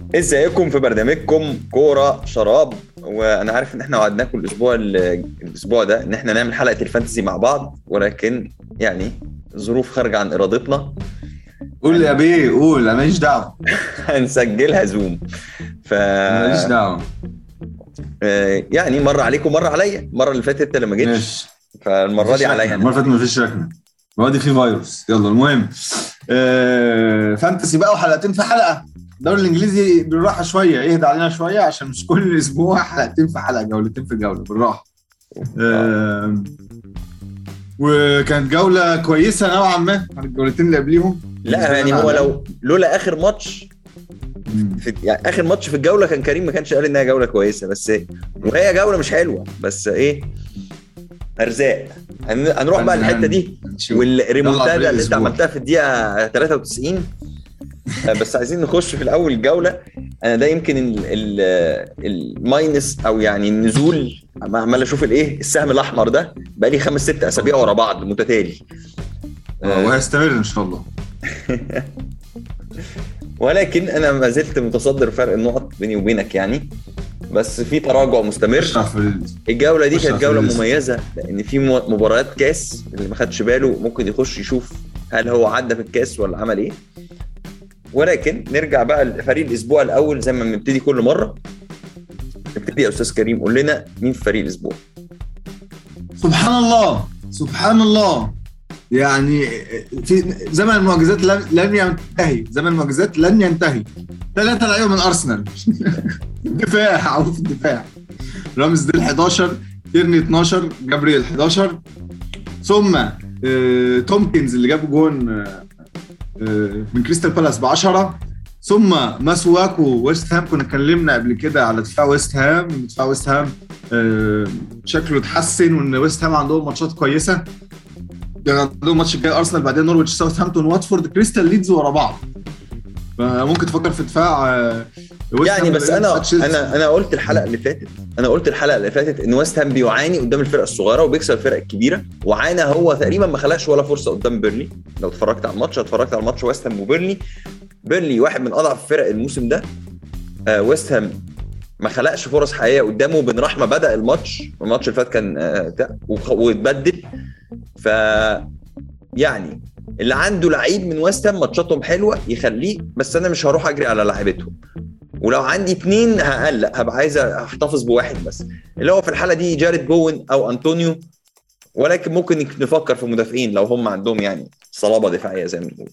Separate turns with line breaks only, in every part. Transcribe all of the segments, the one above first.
ازيكم في برنامجكم كورة شراب. وانا عارف ان احنا وعدناكم الاسبوع ده ان احنا نعمل حلقة الفانتزي مع بعض، ولكن يعني ظروف خارجة عن ارادتنا.
قول يا بيه، قول، انا ماليش دعوه.
هنسجلها زوم. ف
انا ماليش دعوه.
يعني مرة عليكم مرة عليا. المرة اللي فاتت لما جيتش،
ماشي.
فالمرة دي عليا
المره اللي فاتت مفيش ركنه، المره دي في فيروس. يلا المهم فانتسي بقى، وحلقتين في حلقه. الدوري الانجليزي بالراحه شويه، يهدى علينا شويه عشان مش كل اسبوع حلقتين في حلقه، جولتين في جوله، بالراحه. وكانت جوله كويسه نوعا ما عن الجولتين اللي قبليهم.
لا يعني هو لولا اخر ماتش يعني اخر ماتش في الجوله كان كريم ما كانش قال انها جوله كويسه، بس وهي جوله مش حلوه، بس ايه، ارزاق. هنروح بقى الحته دي والريمونتادا اللي انت عملتها في الدقيقه 93. بس عايزين نخش في الاول الجوله. انا ده يمكن الماينس او يعني النزول، عمال اشوف الايه السهم الاحمر ده بقى لي 5-6 اسابيع ورا بعض متتالي،
وهيستمر ان شاء الله.
ولكن انا ما زلت متصدر فرق النقط بيني وبينك يعني، بس في تراجع مستمر. الجوله دي كانت جوله مميزه لان في مباريات كاس، اللي ما خدش باله ممكن يخش يشوف هل هو عدى في الكاس ولا عمل ايه. ولكن نرجع بقى لفريق الاسبوع الاول زي ما بنبتدي كل مره. نبتدي يا استاذ كريم، قول لنا مين في فريق الاسبوع.
سبحان الله سبحان الله، يعني في زمن المعجزات لن ينتهي، زمن المعجزات لن ينتهي. 3 لعيبه من ارسنال دفاع او في الدفاع: رامز ديل 11، تيرني 12، جابرييل 11، ثم تومكنز اللي جاب جون من كريستال بالاس ب10، ثم ماسواكو ويست هام. كنا اتكلمنا قبل كده على دفاع ويست هام. دفاع ويست هام شكله اتحسن، وان ويست هام عندهم ماتشات كويسه. عندهم ماتش الجاي ارسنال، بعدين نورويتش، ساوثهامبتون، واتفورد، كريستال، ليدز ورا بعض. فممكن تفكر في دفاع
يعني. بس انا قلت الحلقه اللي فاتت ان ويست هام بيعاني قدام الفرق الصغيره وبيكسب الفرق الكبيره، وعانى هو تقريبا ما خلاش ولا فرصه قدام بيرلي. لو اتفرجت على الماتش ويست هام بيرلي واحد من اضعف فرق الموسم ده. ويست هام ما خلقش فرص حقيقيه قدامه. بن رحمه بدا الماتش اللي فات كان واتبدل. ف يعني اللي عنده لعيب من ويست هام ماتشاتهم حلوه يخليه، بس انا مش هروح اجري على لعيبتهم. ولو عندي 2 هقلق، هبقى عايز احتفظ بواحد بس، اللي هو في الحاله دي جاريد بوين او انطونيو. ولكن ممكن نفكر في مدافعين لو هم عندهم يعني صلابه دفاعيه زي ما بنقول.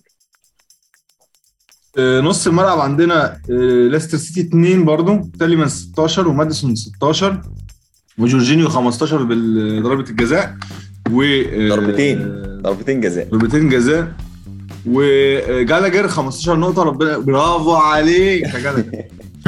نص الملعب عندنا ليستر سيتي 2 برضو، تاليمان 16 وماديسون 16 وجورجينيو 15 بضربه الجزاء، و
ضربتين
جزاء، وجالاجر 15 نقطه. ربنا برافو عليك يا جالاجر.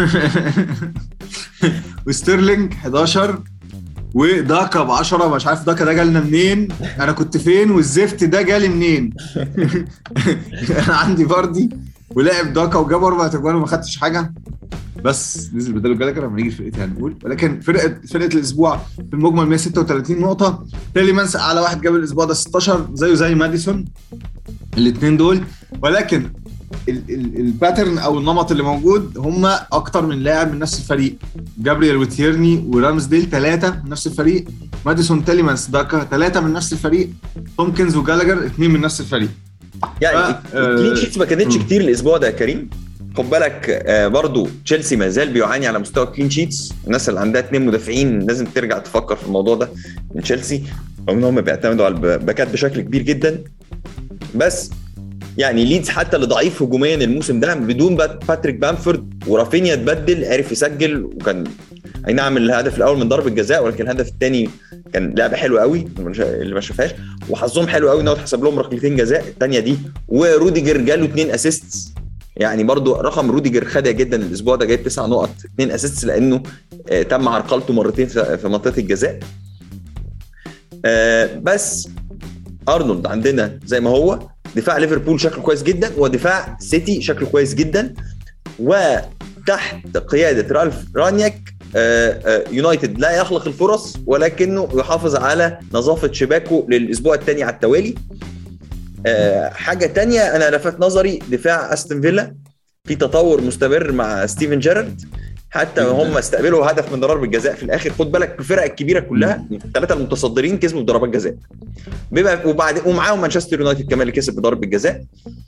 وستيرلينج 11 وداكا ب10. مش عارف داكا ده جالنا منين، انا كنت فين والزفت ده جالي منين. انا عندي فاردي ولعب داكا وجاب 4 اجوان وما خدتش حاجه، بس نزل بداله جالاجر لما نيجي فرقتها هنقول. ولكن فرقه الاسبوع في المجمل 136 نقطه. تيليمانس اعلى واحد جاب الاسبوع ده 16، زي ماديسون الاثنين دول. ولكن الباترن او النمط اللي موجود هم اكتر من لاعب من نفس الفريق. جابرييل وتيرني ورامز ديل 3 من نفس الفريق، ماديسون، تيليمانس، داكا 3 من نفس الفريق، تومكنز وجالاجر 2 من نفس الفريق.
يعني الكلين شيتس ما كانتش كتير الاسبوع ده يا كريم. خد بالك برضو تشيلسي ما زال بيعاني على مستوى كلين شيتس. الناس اللي عندها 2 مدافعين لازم ترجع تفكر في الموضوع ده من تشيلسي، رغم انهم بيعتمدوا على الباكات بشكل كبير جدا. بس يعني ليدز حتى اللي ضعيف هجوميا الموسم ده بدون باتريك بامفورد ورافينيا اتبدل عرف يسجل، وكان اي نعم الهدف الاول من ضربه جزاء، ولكن الهدف الثاني كان لعبه حلوه قوي اللي ما شافهاش، وحظهم حلو قوي انه اتحسب لهم ركلتين جزاء الثانيه دي. وروديجر جاله 2 اسيستس، يعني برضو رقم روديجر خادع جدا الاسبوع ده، جايب 9 نقط 2 اسيستس لانه تم عرقلته مرتين في منطقه الجزاء. بس ارنولد عندنا زي ما هو. دفاع ليفربول شكله كويس جدا، ودفاع سيتي شكله كويس جدا، وتحت قياده رالف رانياك يونايتد لا يخلق الفرص ولكنه يحافظ على نظافه شباكه للاسبوع الثاني على التوالي. حاجه تانية انا لفت نظري دفاع استون فيلا في تطور مستمر مع ستيفن جيرارد، حتى هم استقبلوا هدف من ضربة الجزاء في الاخر. خد بالك الفرق الكبيره كلها الثلاثه المتصدرين كسبوا بضربات جزاء، ومعاهم مانشستر يونايتد كمان اللي كسب بضربة الجزاء.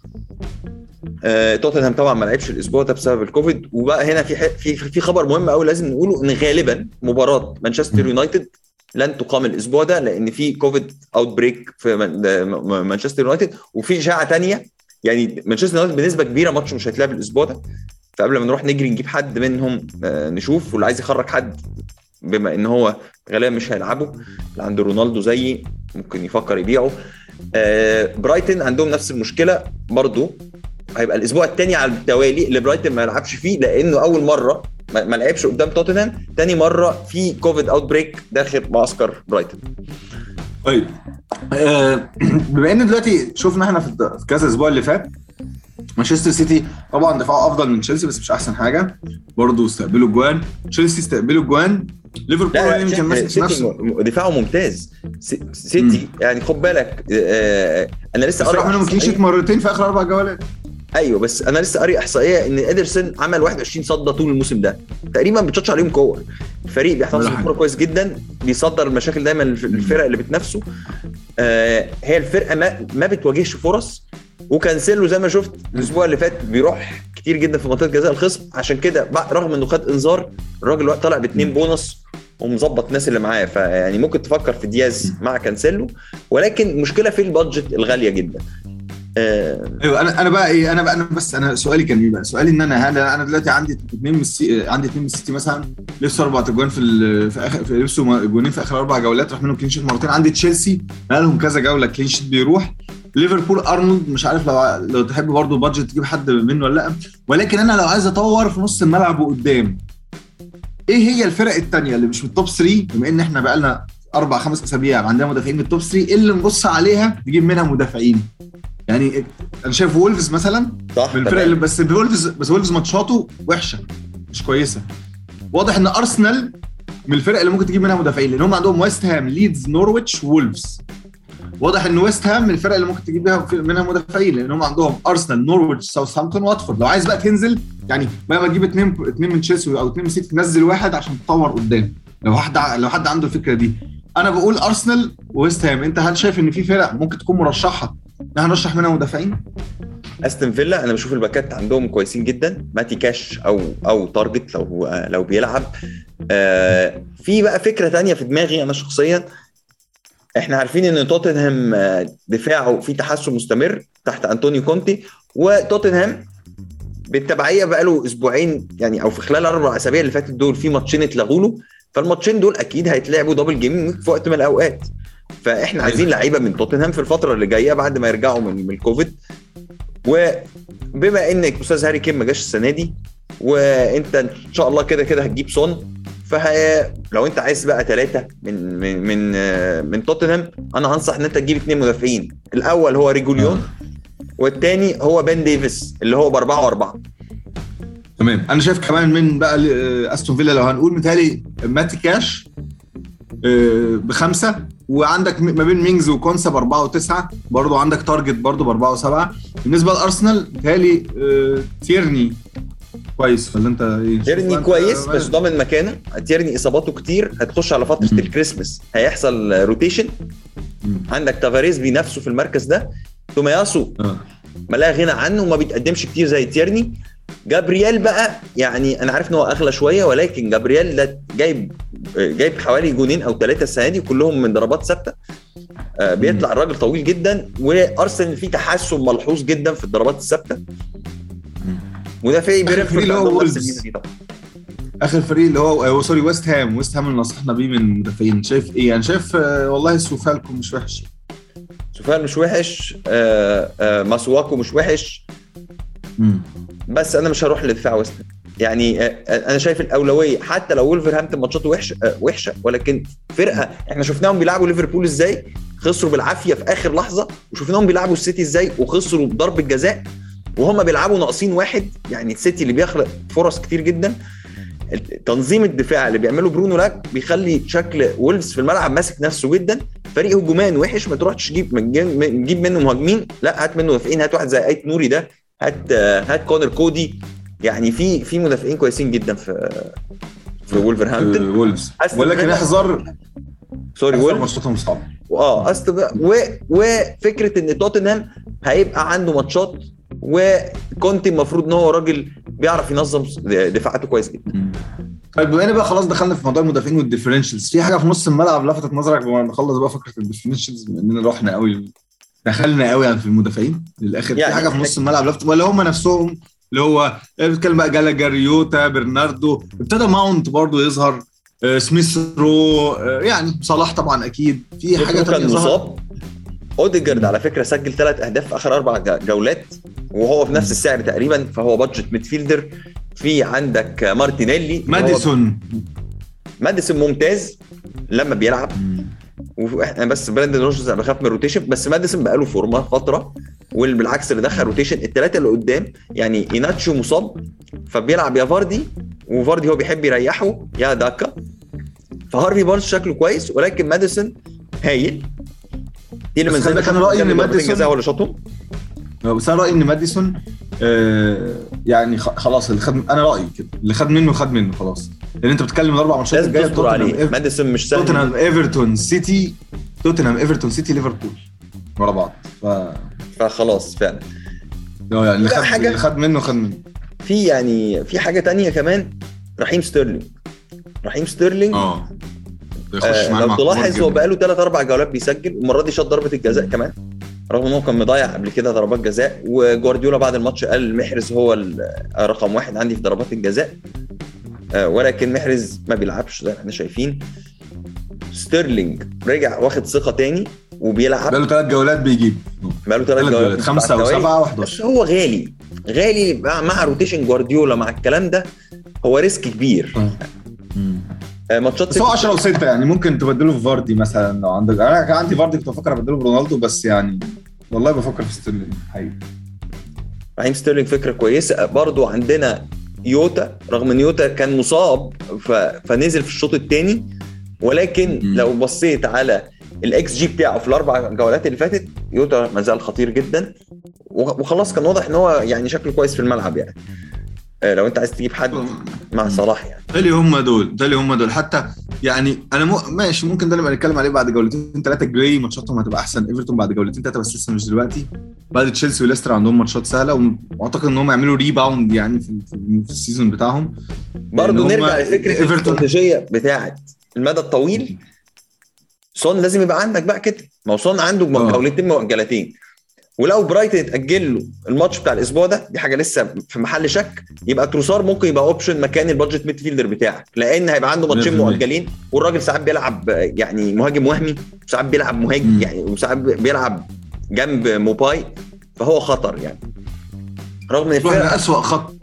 توتنهام طبعا ما لعبش الاسبوع ده بسبب الكوفيد. وبقى هنا في خبر مهم قوي لازم نقوله، ان غالبا مباراه مانشستر يونايتد لن تقام الاسبوع ده، لان في كوفيد اوت بريك في مانشستر يونايتد، وفي اشاعه ثانيه يعني مانشستر يونايتد بنسبه كبيره ماتش مش هيتلعب الاسبوع ده. فقبل ما نروح نجري نجيب حد منهم نشوف، واللي عايز يخرج حد بما ان هو غالبا مش هيلعبه، اللي عنده رونالدو زيي ممكن يفكر يبيعه. برايتن عندهم نفس المشكله برضو، هيبقى الاسبوع الثاني على التوالي اللي برايتن ما يلعبش فيه، لانه اول مره ما لعبش قدام توتنهام، ثاني مره في كوفيد اوت بريك داخل معسكر برايتن.
طيب بما ان دلوقتي شفنا احنا في كذا اسبوع اللي فات مانشستر سيتي طبعا دفاعه افضل من تشيلسي بس مش احسن حاجه، برضه استقبلوا جوان، تشيلسي استقبلوا جوان، ليفربول يمكن ماسك نفسه
دفاعه ممتاز. سيتي يعني خد بالك انا لسه
قاري منهم كليشيت مرتين في اخر 4 جولات.
ايوه بس انا لسه قاري احصائيه ان ادرسون عمل 21 صده طول الموسم ده، تقريبا بتشطش عليهم كور. الفريق بيحتفظ بالكوره كويس جدا، بيصدر المشاكل دايما الفرق اللي بتنافسه. هي الفرقه ما بتواجهش فرص، وكانسيلو زي ما شفت الاسبوع اللي فات بيروح كتير جدا في منطقه جزاء الخصم، عشان كده رغم انه خد انذار الراجل طالع ب2 بونص ومظبط الناس اللي معاه. فيعني ممكن تفكر في دياز مع كانسيلو، ولكن المشكله في البادجت الغاليه جدا.
ايوه انا بقى ايه، انا بس انا سؤالي كان ايه بقى، سؤالي ان انا دلوقتي عندي 2 من السيتي مثلا لسه 4 اجوان في اخر لسه جونين في اخر 4 جولات، راح منهم كلين شيت مرتين. عندي تشيلسي لهم كذا جوله كلين شيت بيروح، ليفربول ارنولد مش عارف لو تحب برضو بادجت تجيب حد منه ولا لا، ولكن انا لو عايز اطور في نص الملعب وقدام، ايه هي الفرق الثانيه اللي مش من التوب 3، بما ان احنا بقى لنا 4-5 اسابيع عندنا مدافعين من التوب 3 اللي نبص عليها نجيب منها مدافعين؟ يعني انا شايف وولفز مثلا من الفرق اللي بس وولفز ماتشاته وحشه مش كويسه. واضح ان ارسنال من الفرق اللي ممكن تجيب منها مدافعين، لان هم عندهم ويست هام، ليدز، نورويتش، وولفز. واضح ان ويست هام من الفرق اللي ممكن تجيب منها مدافعين، لان هم عندهم ارسنال، نورويتش، ساوثهامبتون، واتفورد. لو عايز بقى تنزل يعني ما تجيب 2 من تشيلسي او 2 من سيتي، تنزل واحد عشان تطور قدام. لو حد عنده الفكره دي، انا بقول ارسنال وويست هام. انت هل شايف ان في فرق ممكن تكون مرشحه هنرشح منها مدافعين؟
استون فيلا انا بشوف الباكات عندهم كويسين جدا، ماتي كاش او تارجت لو بيلعب. في بقى فكره تانية في دماغي انا شخصيا، احنا عارفين ان توتنهام دفاعه في تحسن مستمر تحت انطونيو كونتي، وتوتنهام بالتبعيه بقاله اسبوعين يعني او في خلال 4 اسابيع اللي فاتت دول في ماتشين اتلغوا له، فالماتشين دول اكيد هيتلعبوا دبل جيمينج في وقت من الاوقات. فاحنا عايزين لعيبه من توتنهام في الفتره اللي جايه بعد ما يرجعوا من الكوفيد. وبما انك استاذ هاري كين ما جاش السنه دي، وانت ان شاء الله كده هتجيب سون، فلو انت عايز بقى 3 من توتنهام، انا انصح ان انت تجيب 2 مدافعين. الاول هو ريجوليون والثاني هو بن ديفيس اللي هو ب4 و4.
تمام. انا شايف كمان من بقى استون فيلا لو هنقول مثالي ماتي كاش ب5، وعندك ما بين مينجز وكونسا ب4 و9، برضو عندك تارجت برضو ب4 و7. بالنسبه لارسنال مثالي تيرني كويس ولا انت ايه؟
تيرني كويس بس ضامن مكانه. تيرني اصاباته كتير، هتخش على فتره الكريسماس هيحصل روتيشن. عندك تافاريز بينافسه في المركز ده، تومياسو ما لا غنى عنه وما بيتقدمش كتير زي تيرني. جابرييل بقى يعني انا عارف ان هو اغلى شويه، ولكن جابرييل ده جايب حوالي 2 أو 3 السنه دي كلهم من ضربات ثابته. بيطلع الراجل طويل جدا، وارسنال فيه تحسن ملحوظ جدا في الضربات الثابته. مدافعي
بيرفكت اخر فريق اللي هو سوري ويست هام اللي نصحنا بيه من المدافعين. شايف ايه؟ انا شايف والله سوفالكو مش وحش،
سوفال مش وحش، ماسواكو مش وحش، بس انا مش هروح لدفاع ويست هام. يعني انا شايف الاولويه حتى لو وولفرهامبتون ماتشاته وحشه، ولكن فرقه احنا شفناهم بيلعبوا ليفربول ازاي خسروا بالعافيه في اخر لحظه، وشفناهم بيلعبوا السيتي ازاي وخسروا بضربه جزاء وهم بيلعبوا ناقصين واحد. يعني السيتي اللي بيخلق فرص كتير جدا، تنظيم الدفاع اللي بيعمله برونو لاك بيخلي شكل وولفز في الملعب ماسك نفسه جدا. فريق هجومان وحش، ما تروحش تجيب منه مهاجمين، لا هات منه مدافعين. هات واحد زي ايت نوري ده، هات كونر كودي، يعني في مدافعين كويسين جدا في وولفرهامبتون
وولفز، ولكن احذر
سوري وولفز
ماتشاتهم صعبه.
وفكره ان توتنهام هيبقى عنده ماتشات، وكونتي المفروض ان هو راجل بيعرف ينظم دفاعاته كويس جدا.
طيب بما ان بقى خلاص دخلنا في موضوع المدافعين والديفرنشلز، في حاجه في نص الملعب لفتت نظرك بما نخلص بقى فكره الديفرنشلز، بما اننا رحنا قوي دخلنا قوي في المدافعين للاخر، يعني في حاجه في نص الملعب لفتت ولا هم نفسهم اللي هو بيتكلم بقى جالاجر، يوتا، برناردو، ابتدى ماونت برضو يظهر، سميث رو، يعني صلاح طبعا اكيد. في حاجه
كان مصاب. اوديجارد على فكره سجل 3 أهداف في اخر 4 جولات وهو في نفس السعر تقريبا، فهو بادجت ميدفيلدر. في عندك مارتينيلي، ماديسون ممتاز لما بيلعب، واحنا بس براندن روجرز انا بخاف من الروتيشن، بس ماديسون بقاله فورمه فتره، وبالعكس اللي دخل روتيشن الثلاثه اللي قدام. يعني ايناتشو مصاب فبيلعب يا فاردي، وفاردي هو بيحب يريحه يا داكا، فهارفي بارنز شكله كويس، ولكن ماديسون هايل. دي اللي من
كان رايي ان ماديسون
ولا شاطهم،
بس انا رايي ان ماديسون يعني خلاص اللي خد، انا رايي كده اللي خد منه خلاص، لان انت بتتكلم 4 ماتشات الجايه
توتنهام ماديسون مش سهل،
توتنهام ايفرتون سيتي ليفربول ورا بعض،
فخلاص فعلا
يعني اللي خد منه
في يعني في حاجه تانية كمان. رحيم ستيرلينج لو تلاحظ هو بقاله 3-4 جولات بيسجل، والمره دي شاط ضربه الجزاء كمان، رغم انه كان مضيع قبل كده ضربات جزاء. وجوارديولا بعد الماتش قال محرز هو رقم 1 عندي في ضربات الجزاء، ولكن محرز ما بيلعبش زي ما احنا شايفين. ستيرلينج رجع واخد ثقه تاني وبيلعب،
بقاله 3 جولات بيجيب،
بقاله 3 جولات
5 و7 و11.
بس هو غالي مع روتيشن جوارديولا، مع الكلام ده هو ريسك كبير. ماتشات
بس هو 10 و6 يعني ممكن تبدله في فاردي مثلا لو عندك. انا كان عندي فاردي كنت بفكر ابدله برونالدو، بس يعني والله بفكر في ستيرلينج حقيقي.
رحيم ستيرلينج فكره كويسه. برضو عندنا يوتا، رغم ان يوتا كان مصاب فنزل في الشوط الثاني، ولكن لو بصيت على الاكس جي بتاعه في ال4 جولات اللي فاتت، يوتا ما زال خطير جدا، وخلاص كان واضح ان هو يعني شكله كويس في الملعب. يعني لو انت عايز تجيب حد مع صلاح يعني
ده اللي هم دول حتى يعني انا ماشي، ممكن ده نبقى نتكلم عليه بعد 2-3 جراي ماتشاتهم هتبقى احسن. ايفرتون بعد 2-3 بس لسه مش دلوقتي. بعد تشيلسي وليستر عندهم ماتشات سهله، واعتقد ان هم يعملوا ريباوند يعني في السيزون بتاعهم.
برضه نرجع لفكره الاستراتيجيه بتاعه المدى الطويل. سون لازم يبقى عندك بقى كده، ما هو سون عنده جولتين مؤجلتين، ولو برايتن اتأجل له الماتش بتاع الاسبوع ده، دي حاجه لسه في محل شك، يبقى تروسار ممكن يبقى اوبشن مكان البادجت ميدفيلدر بتاعك، لان هيبقى عنده ماتشين مؤجلين، والراجل ساعات بيلعب يعني مهاجم وهمي، وساعات بيلعب مهاجم يعني، وساعات بيلعب جنب موباي، فهو خطر يعني. رغم ان
الفرقه اسوأ خط.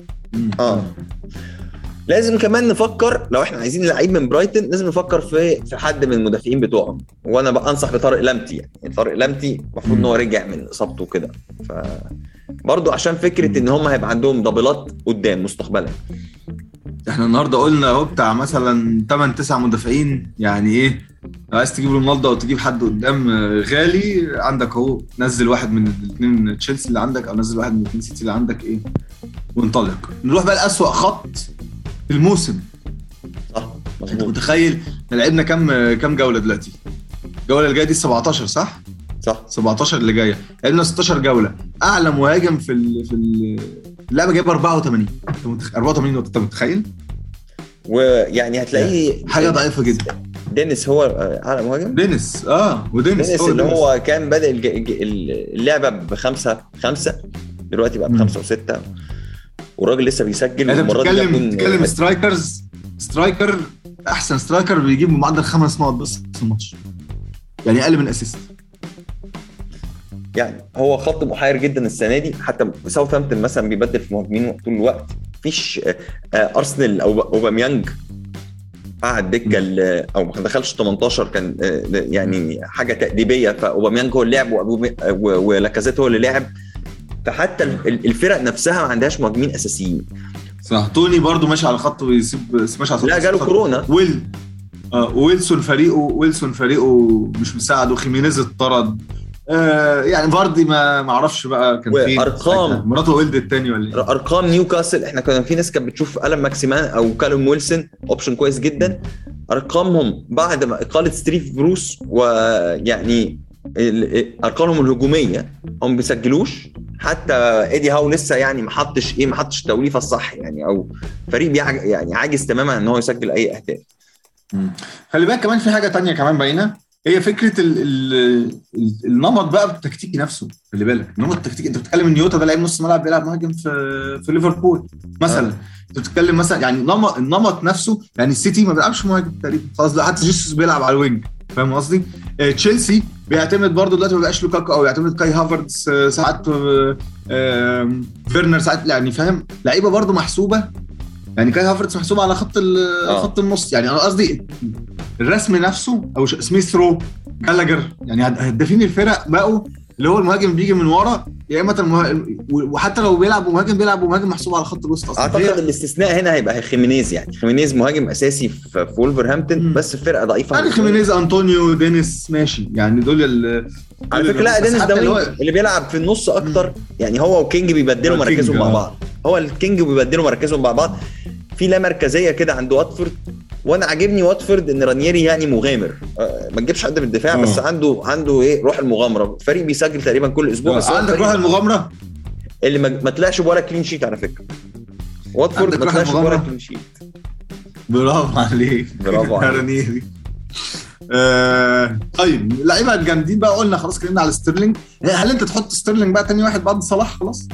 لازم كمان نفكر لو احنا عايزين لعيب من برايتن، لازم نفكر في حد من المدافعين بتوعهم، وانا بقى انصح بطارق لامتي. يعني طارق لامتي المفروض ان هو رجع من اصابته كده، فبرضه عشان فكره ان هم هيبقى عندهم دبلات قدام مستقبلا.
احنا النهارده قلنا اهو بتاع مثلا 8-9 مدافعين، يعني ايه لو عايز تجيب رونالدو او تجيب حد قدام غالي، عندك اهو نزل واحد من الاثنين تشيلسي اللي عندك، او نزل واحد من الاثنين سيتي اللي عندك، ايه وانطلق. نروح بقى لأسوأ خط الموسم.
صح مظبوط.
انت متخيل لعبنا كام جوله دلوقتي؟ الجوله الجايه دي 17 صح 17 اللي جايه، لعبنا 16 جوله. اعلى مهاجم في اللعبه جايب 84 نقطه. انت متخيل؟
ويعني هتلاقيه
حاجه ضعيفه جدا.
دينيس هو اعلى مهاجم.
ودينيس
اللي هو كان بدأ اللعبه ب5 دلوقتي بقى ب5 و6، والراجل لسه بيسجل.
المره دي بتتكلم سترايكر احسن سترايكر بيجيب بمعدل 5 نقط بس في الماتش، يعني اقل من اسيست.
يعني هو خط محير جدا السنه دي. حتى ساوثهامبتون مثلا بيبدل في مهاجمين طول الوقت. مفيش ارسنال او اوباميانج قعد دكه او ما دخلش 18، كان يعني حاجه تأديبيه، فاوباميانج هو اللي لعب ولاكازيت هو اللي لعب. فحتى الفرق نفسها ما عندهاش مهاجمين اساسيين.
صح. توني برضو ماشي على خط ويسيب ماشي على خط.
لا جاله كورونا.
ويلسون فريقه مش مساعد، وخيمينيز اتطرد. يعني فاردي ما اعرفش بقى كان فين،
وارقام
مراته ولد الثاني ولا ايه؟
ارقام نيوكاسل، احنا كنا في ناس كانت بتشوف ألان ماكسيمان او كالوم ويلسون اوبشن كويس جدا. ارقامهم بعد ما اقاله ستيف بروس، ويعني ارقامهم الهجوميه هم بيسجلوش، حتى ايدي هاو لسه يعني ما حطش التوليفه الصح يعني، او فريق يعني عاجز تماما ان هو يسجل اي اهداف.
خلي بالك كمان في حاجه تانية كمان باينه، هي فكره النمط بقى التكتيكي نفسه. خلي بالك النمط التكتيكي، انت بتتكلم ان نيوتا ده لعيب نص ملعب بيلعب مهاجم في ليفربول مثلا. انت بتتكلم مثلا يعني النمط نفسه، يعني السيتي ما بيلعبش مهاجم تقريبا خلاص، حتى جيسوس بيلعب على الوينج، فاهم قصدي؟ تشيلسي بيعتمد برضو دلوقتي، ما بقاش لوكاكو او يعتمد كاي هافرتز ساعات، فيرنر ساعات، يعني فاهم لعيبه برضو محسوبه. يعني كاي هافرتز محسوب على خط النص. يعني انا قصدي الرسم نفسه، او سميث رو، جالاجر، يعني هدافين الفرق بقوا اللي هو المهاجم بيجي من ورا، يا اما وحتى لو بيلعب مهاجم محسوب على خط الوسط اصلا.
اعتقد الاستثناء هنا هيبقى خيمينيز، يعني خيمينيز مهاجم اساسي في وولفرهامبتون، بس الفرقه ضعيفه
يعني خيمينيز، انطونيو، دينيس ماشي، يعني دول
على فكره. لا دينيس ده اللي بيلعب في النص اكتر، يعني هو وكينج بيبدلوا مراكزهم مع بعض. هو الكينج بيبدلوا مراكزهم مع بعض في لا مركزيه كده عند واتفورد. وانا عاجبني واتفورد ان رانييري يعني مغامر، ما تجيبش حد من الدفاع، بس عنده ايه، روح المغامره. الفريق بيسجل تقريبا كل اسبوع، بس
عندك روح المغامره
اللي ما طلعش بولا كلين شيت على فكره. واتفورد ما طلعش بولا كلين شيت.
برافو عليك،
برافو عليك
رانييري. طيب اللعيبه الجامدين بقى قلنا خلاص، اتكلمنا على ستيرلينج. هل انت تحط ستيرلينج بقى تاني واحد بعد صلاح خلاص؟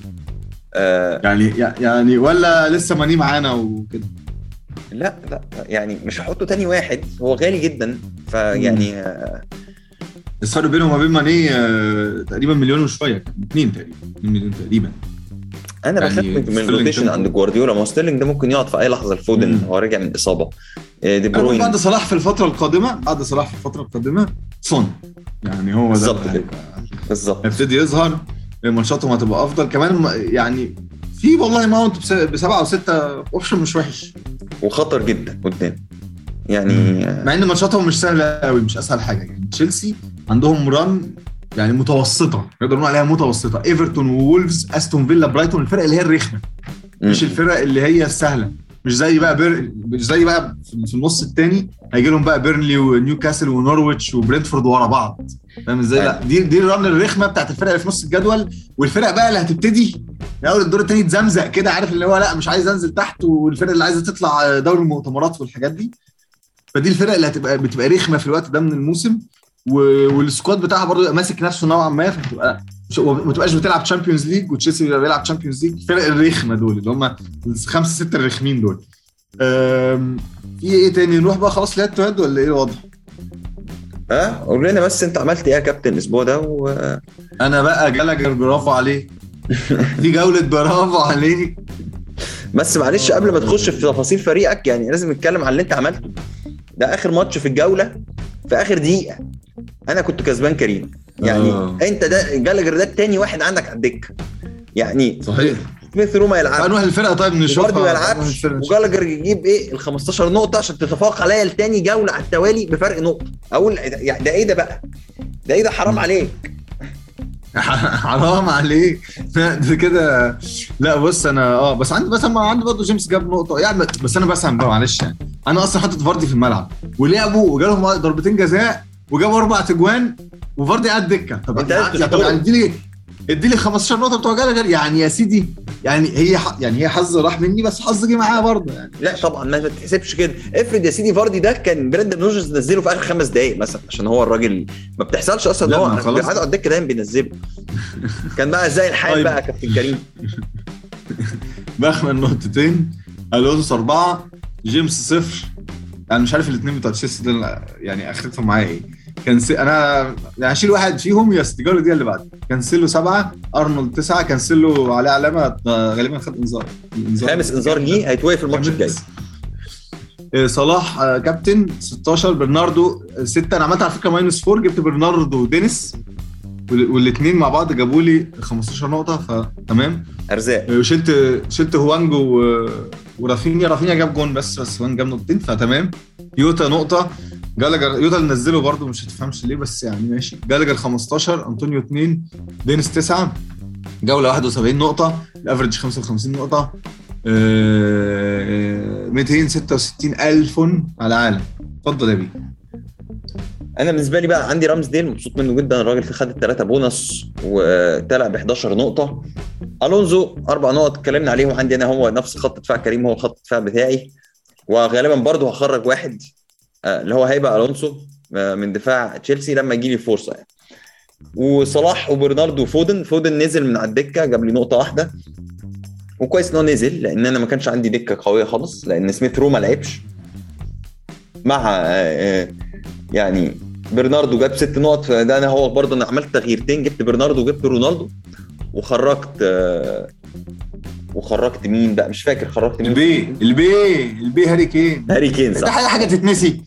يعني ولا لسه ماني معانا وكده؟
لا يعني مش هحطه تاني واحد، هو غالي جدا. فيعني
الفرق بينه وما بين ماني تقريبا مليون وشويه، 2 مليون تقريبا.
انا بخاف من الروتيشن عند جوارديولا. ما ستيرلينج ده ممكن يقعد في اي لحظه. الفودن هو راجع من اصابه. دي بروين
بعد صلاح في الفتره القادمه صن، يعني هو ده
بالظبط
يبتدي يظهر، ماتشاتهم هتبقى افضل كمان. يعني في والله ماونت ب7 أو 6 اوبشن مش وحش
وخطر جدا قدام، يعني
مع ان ماتشاتهم مش سهله قوي، مش اسهل حاجه. يعني تشيلسي عندهم ران يعني متوسطه، نقدر نقول عليها متوسطه. ايفرتون وولفز، استون فيلا، برايتون، الفرق اللي هي الرخمه، مش الفرق اللي هي السهله. مش زي بقى في النص الثاني هيجي لهم بقى بيرنلي ونيوكاسل ونورويتش وبرنتفورد ورا بعض، فاهم ازاي؟ لا دي الران الرخمه بتاعت الفرق اللي في نص الجدول. والفرق بقى اللي هتبتدي من اول الدور الثاني تزمزق كده، عارف اللي هو لا مش عايز انزل تحت، والفرق اللي عايزه تطلع دوري المؤتمرات والحاجات دي. فدي الفرق اللي بتبقى رخمه في الوقت ده من الموسم، والسكواد بتاعها برضه ماسك نفسه نوعا ما، فبتبقى ما تبقاش بتلعب تشامبيونز ليج، وتشيلسي بيلعب تشامبيونز ليج. الفرق الرخمه دول اللي هم 5-6 الرخمين دول. في ايه تاني؟ نروح بقى خلاص لهاد تو هاد ولا ايه الوضع؟
قول لنا بس انت عملت ايه يا كابتن الاسبوع ده؟
انا بقى جالاجر برافو عليك. دي جوله برافو عليك.
بس معلش قبل ما تخش في تفاصيل فريقك، يعني لازم نتكلم عن اللي انت عملته ده. اخر ماتش في الجوله في اخر دقيقه انا كنت كسبان كريم، يعني انت ده جالاجر ده التاني واحد عندك على الدكه، يعني
صحيح.
سميث رو ما يلعبش،
هنروح الفرقه طيب نشوفها،
ما يلعبش، وجالاجر يجيب ايه ال15 نقطه عشان تتفوق عليا التاني جوله على التوالي بفرق نقطه. اقول يعني ده ايه ده بقى؟ ده ايه ده؟ حرام عليك،
حرام عليك ده كده. لا بص انا بس عندي برضه جيمس جاب نقطه يعني، بس انا بسهم بقى معلش. يعني انا اصلا حاطط فاردي في الملعب ولعبوا وجالهم ضربتين جزاء وجابوا 4 تجوان وفاردي قاعد دكه. طب يعني ادي لي 15 نقطه بتوع جالاجر يعني يا سيدي. يعني هي حظ راح مني، بس حظ جه معايا برضه يعني.
لا طبعا ما تحسبش كده. افرض يا سيدي فاردي ده كان براندن نوجز نزله في اخر 5 دقائق مثلا، عشان هو الراجل ما بتحصلش اصلا، هو قاعد على الدكه دايما بينزله. كان بقى ازاي الحال طيب. بقى كابتن كريم
بخمن نقطتين، الونسو 4، جيمس 0. يعني مش عارف الاثنين بتوع تشيلسي دول يعني اخرتهم معايا ايه. انا يعني هشيل واحد فيهم، يا استيجارو دي اللي بعد. كانسيلو 7، ارنولد 9. كانسيلو عليه علامه غالبا خد انذار
5 انذار ليه، هيتوقف الماتش الجاي.
صلاح كابتن 16، برناردو 6. انا عملت على فكره -4، جبت برناردو ودينيس والاثنين مع بعض جابوا لي 15 نقطه، فتمام
ارزاق.
شلت هوانجو ورافينيا جاب جون، بس هوانج جاب نقطتين فتمام. يوتا نقطه، جالاجر يوتا اللي نزله برضه مش هتفهمش ليه، بس يعني ماشي. جالاجر 15، انطونيو 2، دينيس 9، جوله 71 نقطه، الافريج 55 نقطه، 266,000 على العالم. اتفضل يا بيه.
انا بالنسبه لي بقى عندي رامز ديل مبسوط منه جدا، الراجل خد ال3 بونص وطلع ب 11 نقطه. الونزو 4 نقط اتكلمنا عليهم، عندي انا هو نفس خط دفاع كريم، هو خط الدفاع بتاعي، وغالبا برضه هخرج واحد اللي هو هيبقى الونسو من دفاع تشيلسي لما يجي لي فرصه يعني. وصلاح وبرناردو وفودن نزل من على الدكه، جاب لي نقطه واحده، وكويس انه نزل لان انا ما كانش عندي دكه قويه خالص، لان سميث رو ما لعبش مع يعني برناردو جاب 6 نقط. ده انا هو برضه انا عملت تغييرتين، جبت برناردو وجبت رونالدو، وخرجت مين بقى مش فاكر، خرجت مين؟
البي هاري كين
صح.
دي حاجه تتنسي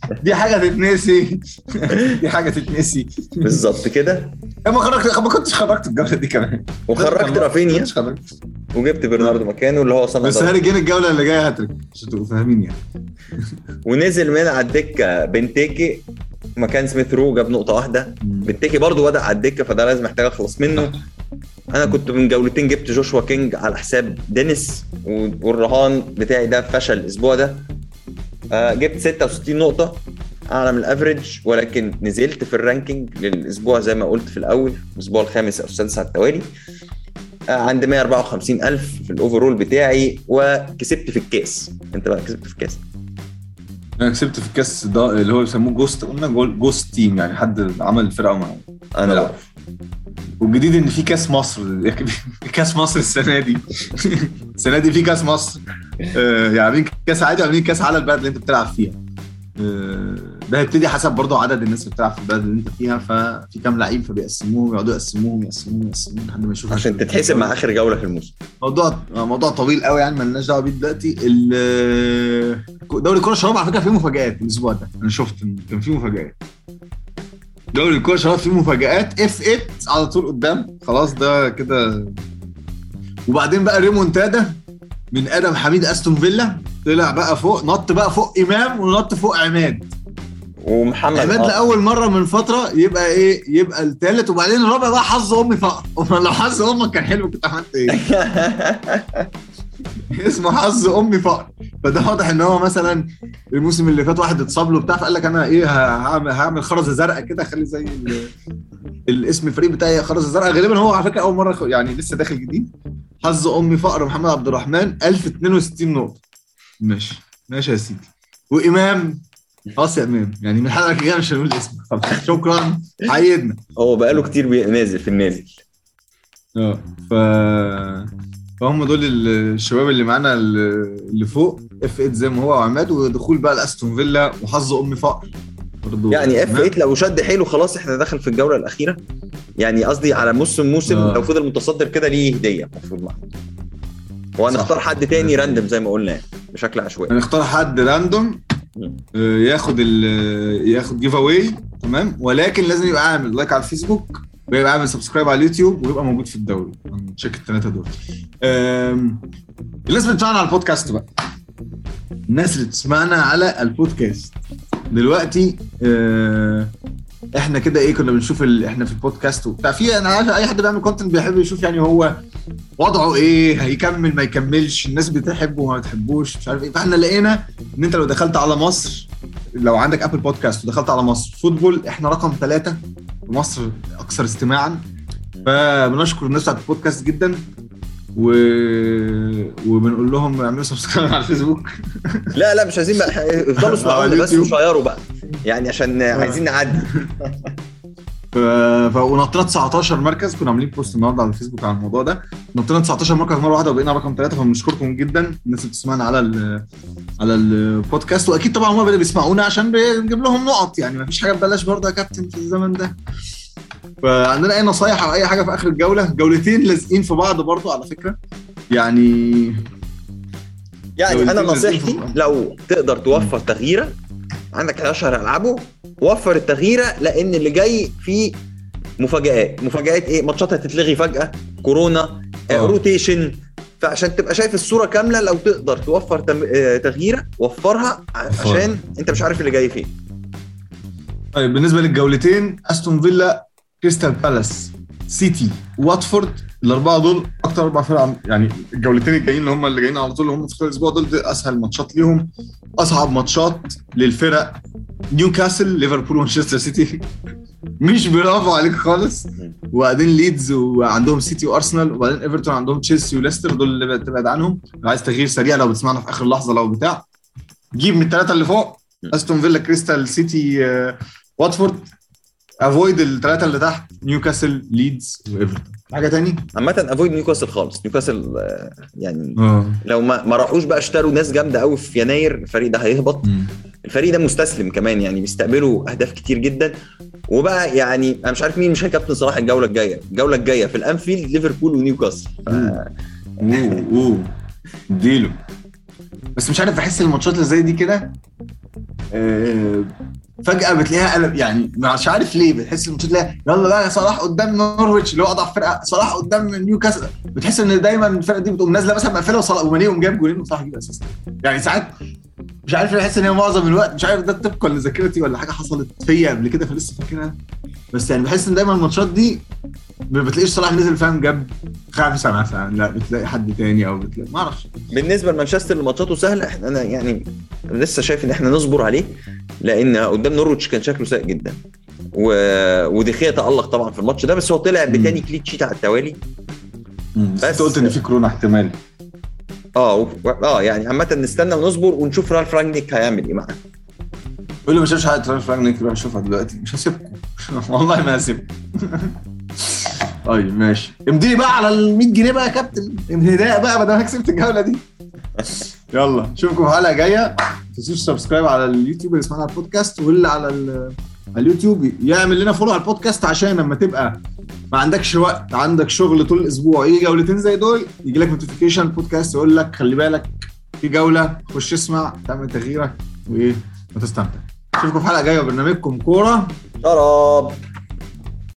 دي حاجه تتنسي
بالظبط كده.
ما كنتش خرجت الجوله دي كمان،
وخرجت رافينيا وجبت برناردو مكانه اللي هو صنع.
بس هاري كين الجوله اللي جايه هاتريك عشان تبقوا فاهمين يعني.
ونزل من على الدكه بنتيكي مكان سميث رو، جاب نقطه واحده. بنتيكي برضو وضع على الدكه، فده لازم محتاج اخلص منه. انا كنت من جولتين جبت جوشوا كينج على حساب دينيس، والرهان بتاعي ده فشل الاسبوع ده. جبت 66 نقطه اعلى من الافريج، ولكن نزلت في الرانكينج للاسبوع زي ما قلت في الاول، الاسبوع الخامس او السادس على التوالي، عند 154,000 في الاوفرول بتاعي، وكسبت في الكاس. انت بقى كسبت في الكاس؟
انا كسبت في الكاس ده اللي هو بيسموه جوست، قلنا جوست تيم، يعني حد عمل فرقه معايا.
انا لا.
والجديد ان في كاس مصر كاس مصر السنه دي في كاس مصر، يعني عاملين كاس عادي وعاملين كاس على البلد اللي انت بتلعب فيها. ده هيبتدي حسب برضو عدد الناس اللي بتلعب في البلد اللي انت فيها، ففي كام لعيب فبيقسموهم، يقعدوا يقسموهم لحد ما يشوفوا
عشان تتحسب مع اخر جوله في الموسم.
موضوع طويل قوي يعني، مالناش دعوه بيه دلوقتي. دوري الكره الشباب على فكره فيه مفاجآت الاسبوع ده، انا شفت كان فيه مفاجآت. دوري الكره الشباب فيه مفاجآت، F8 على طول قدام خلاص ده كده. وبعدين بقى ريمونتادا من ادم حميد استون فيلا، طلع بقى فوق، نط بقى فوق امام ونط فوق عماد
ومحمد
لاول مره من فتره يبقى الثالث. وبعدين الرابع بقى حظ امي فقر. لو حظ امك كان حلو كنت عملت ايه؟ اسمه حظ امي فقر. فده واضح ان هو مثلا الموسم اللي فات واحد اتصاب له بتاع، فقال لك انا هعمل خرزه زرقاء كده، خلي زي الاسم الفريق بتاعي خرزه زرقاء. غالبا هو على فكره اول مره يعني لسه داخل جديد. حظ امي فقر محمد عبد الرحمن 1062 نقطه. ماشي يا سيدي. وامام خلاص يا امام، يعني من الحلقه الجايه مش هنقول اسمه. طب شكرا، عيدنا.
هو بقاله كتير نازل في النازل.
فهم دول الشباب اللي معانا اللي فوق F8 زي ما هو وعماد. ودخول بقى الاستون فيلا وحظ امي فقر برضو،
يعني F8 لو شد حيله خلاص احنا داخل في الجوله الاخيره، يعني قصدي على موسم لو فضل متصدر كده ليه هديه المفروض معاه. وهنختار حد تاني راندم زي ما قلنا بشكل عشوائي.
هنختار حد راندوم ياخد جيف اواي، تمام، ولكن لازم يبقى عامل لايك على الفيسبوك، ويبقى عامل سبسكرايب على اليوتيوب، ويبقى موجود في الدوري. نشيك الثلاثه دول. الناس اللي بتسمعنا على البودكاست بقى، الناس اللي بتسمعنا على البودكاست دلوقتي، احنا كده كنا بنشوف احنا في البودكاست وبتاع، في انا عارف اي حد بيعمل كونتنت بيحب يشوف يعني هو وضعه هيكمل ما يكملش، الناس بتحبه وما بتحبوش مش عارف ايه. فاحنا لقينا ان انت لو دخلت على مصر، لو عندك ابل بودكاست ودخلت على مصر فوتبول، احنا رقم 3 في مصر اكثر استماعا. فبنشكر الناس بتاعت البودكاست جدا، وبنقول لهم اعملوا سبسكرايب على الفيسبوك.
لا مش عايزين بقى، افضلوا اسمعونا بس وشيروا بقى يعني عشان عايزين نعدي.
ونطينا 19 مركز، كنا عاملين بوست النهارده على الفيسبوك عن الموضوع ده، نطينا 19 مركز مره واحده وبقينا رقم 3. فبنشكركم جدا الناس اللي بتسمعنا على البودكاست. واكيد طبعا هم بدأوا بيسمعونا عشان بنجيب لهم نقط، يعني ما فيش حاجه ببلاش برضه يا كابتن في الزمن ده. فعندنا اي نصايح او اي حاجه في اخر الجوله؟ جولتين لازقين في بعض برضه على فكره، يعني
انا نصيحتي لو تقدر توفر تغييره، عندك 11 العبه، وفر التغييره، لان اللي جاي فيه مفاجآت ايه؟ ماتشات هتتلغي فجأة، كورونا، روتيشن. فعشان تبقى شايف الصورة كاملة، لو تقدر توفر تغييره وفرها، عشان انت مش عارف اللي جاي فين.
طيب بالنسبه للجولتين، استون فيلا، كريستال بالاس، سيتي، واتفورد، الاربعه دول اكتر 4 فرق يعني الجولتين الجايين اللي هم اللي جايين على طول، اللي هم في خلال الاسبوع دول اسهل ماتشات ليهم. اصعب ماتشات للفرق نيوكاسل، ليفربول، ومانشستر سيتي مش برافو عليك خالص. وبعدين ليدز، وعندهم سيتي وارسنال، وبعدين ايفرتون، عندهم تشيلسي وليستر، دول اللي تبعد عنهم. لو عايز تغيير سريع، لو بتسمعنا في اخر لحظه لو بتاع، جيب من الثلاثه اللي فوق، استون فيلا، كريستال، سيتي، واتفورد. افويد الثلاثه اللي تحت، نيوكاسل، ليدز، وايفرتون. حاجه تاني
عامه افويد نيوكاسل خالص. نيوكاسل يعني لو ما راحوش بقى اشتروا ناس جامده قوي في يناير، الفريق ده هيهبط. الفريق ده مستسلم كمان، يعني بيستقبلوا اهداف كتير جدا. وبقى يعني انا مش عارف مين مش هيكابتن صلاح الجوله الجايه في الانفيلد، ليفربول ونيوكاسل.
ديلو. بس مش عارف، بحس الماتشات اللي زي دي كده فجأة بتلاقيها قلب، يعني مش عارف ليه بتحس الماتشات اللي يلا بقى صلاح قدام نورويتش اللي هو اضعف فرقه، صلاح قدام نيوكاسل، بتحس ان دايما الفرقه دي بتقوم نازله مثلا مقفله وصلاح وماني يقوم جايب جولين وصلاح يجيب اسيست. يعني ساعات مش عارف، بحس ان هي معظم الوقت، مش عارف ده طبقا لذاكرتي ولا حاجه حصلت فيا قبل كده فلسه فاكرها، بس يعني بحس ان دايما الماتشات دي ما بتلاقيش صلاح نزل فاهم جاب 5 مثلا، لا بتلاقي حد تاني او بتلاقي ما اعرفش.
بالنسبه لمانشستر ماتشاته سهله، انا يعني لسه شايف ان احنا نصبر عليه، لان قدام نورويتش كان شكله سيء جدا، وديخيا تألق طبعا في الماتش ده، بس هو طلع بتاني كلين شيت على التوالي.
بس قلت ان في كورونا احتمال.
يعني عامه نستنى ونصبر ونشوف رالف رانجنيك هيعمل ايه معاه.
قول له ما شافش حاجه رالف رانجنيك، روح شوفها دلوقتي، مش هسيبكم والله ما هسيبكم. طيب ماشي، امضي بقى على ال 100 جنيه بقى يا كابتن، انهداء بقى بدل ما كسبت الجوله دي. يلا اشوفكم في حلقه جايه. ما تنسوش سبسكرايب على اليوتيوب اللي اسمها البودكاست، واللي على اليوتيوب يعمل لنا فولو على البودكاست، عشان لما تبقى ما عندكش وقت، عندك شغل طول الاسبوع، يجي جولتين زي دول يجي لك نوتيفيكيشن البودكاست يقول لك خلي بالك في جوله، خش اسمع، تعمل تغييرك وايه وتستمتع. اشوفكم في حلقه جايه وبرنامجكم كوره
شراب.